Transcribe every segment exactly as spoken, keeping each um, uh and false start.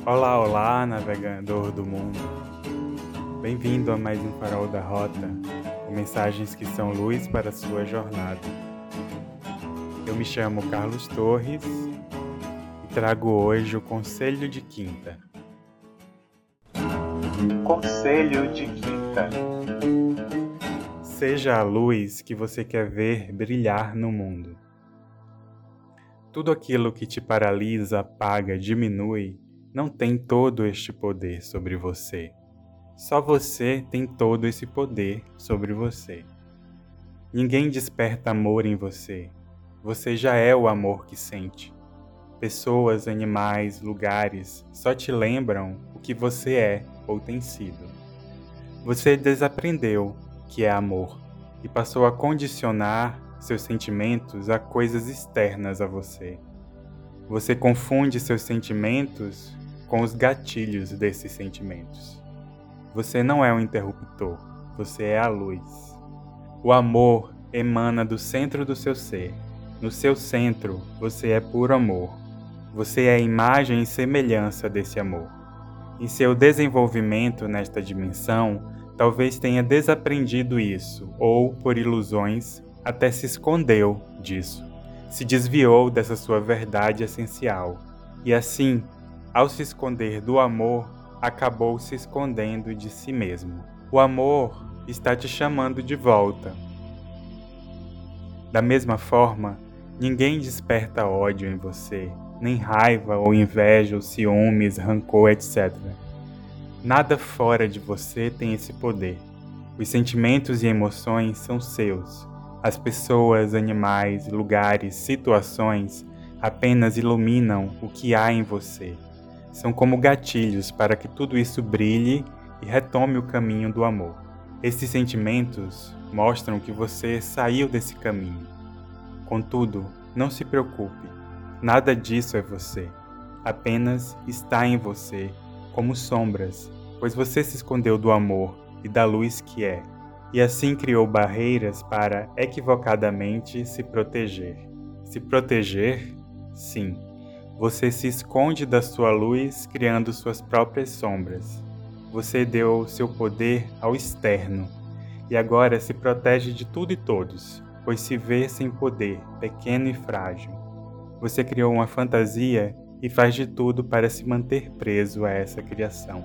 Olá, olá, navegador do mundo. Bem-vindo a mais um Farol da Rota, com mensagens que são luz para a sua jornada. Eu me chamo Carlos Torres e trago hoje o Conselho de Quinta. Conselho de Quinta. Seja a luz que você quer ver brilhar no mundo. Tudo aquilo que te paralisa, apaga, diminui, não tem todo este poder sobre você. Só você tem todo esse poder sobre você. Ninguém desperta amor em você. Você já é o amor que sente. Pessoas, animais, lugares só te lembram o que você é ou tem sido. Você desaprendeu que é amor e passou a condicionar seus sentimentos a coisas externas a você. Você confunde seus sentimentos com os gatilhos desses sentimentos. Você não é um interruptor, você é a luz. O amor emana do centro do seu ser. No seu centro, você é puro amor. Você é a imagem e semelhança desse amor. Em seu desenvolvimento nesta dimensão, talvez tenha desaprendido isso, ou, por ilusões, até se escondeu disso. Se desviou dessa sua verdade essencial. E assim, ao se esconder do amor, acabou se escondendo de si mesmo. O amor está te chamando de volta. Da mesma forma, ninguém desperta ódio em você, nem raiva ou inveja ou ciúmes, rancor, etcétera. Nada fora de você tem esse poder. Os sentimentos e emoções são seus. As pessoas, animais, lugares, situações apenas iluminam o que há em você. São como gatilhos para que tudo isso brilhe e retome o caminho do amor. Esses sentimentos mostram que você saiu desse caminho. Contudo, não se preocupe. Nada disso é você. Apenas está em você, como sombras, pois você se escondeu do amor e da luz que é, e assim criou barreiras para, equivocadamente, se proteger. Se proteger? Sim. Você se esconde da sua luz, criando suas próprias sombras. Você deu seu poder ao externo, e agora se protege de tudo e todos, pois se vê sem poder, pequeno e frágil. Você criou uma fantasia e faz de tudo para se manter preso a essa criação.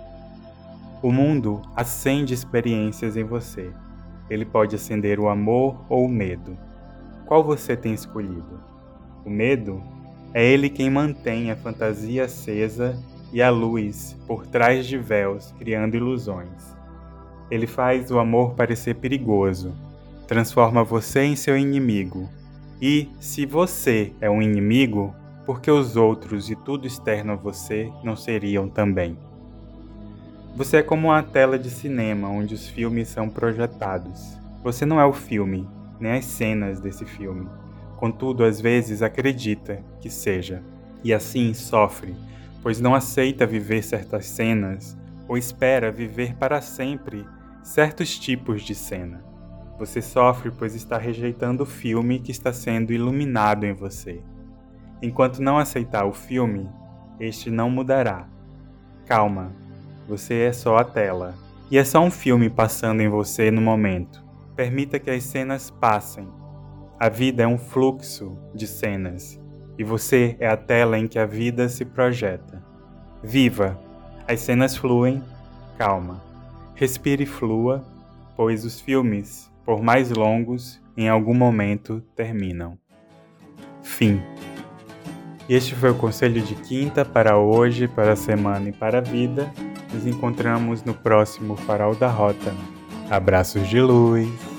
O mundo acende experiências em você. Ele pode acender o amor ou o medo. Qual você tem escolhido? O medo? É ele quem mantém a fantasia acesa e a luz por trás de véus, criando ilusões. Ele faz o amor parecer perigoso, transforma você em seu inimigo. E, se você é um inimigo, por que os outros e tudo externo a você não seriam também? Você é como uma tela de cinema onde os filmes são projetados. Você não é o filme, nem as cenas desse filme. Contudo, às vezes acredita que seja. E assim sofre, pois não aceita viver certas cenas ou espera viver para sempre certos tipos de cena. Você sofre pois está rejeitando o filme que está sendo iluminado em você. Enquanto não aceitar o filme, este não mudará. Calma, você é só a tela. E é só um filme passando em você no momento. Permita que as cenas passem. A vida é um fluxo de cenas, e você é a tela em que a vida se projeta. Viva! As cenas fluem, calma. Respire e flua, pois os filmes, por mais longos, em algum momento terminam. Fim. E este foi o Conselho de Quinta para hoje, para a semana e para a vida. Nos encontramos no próximo Farol da Rota. Abraços de luz.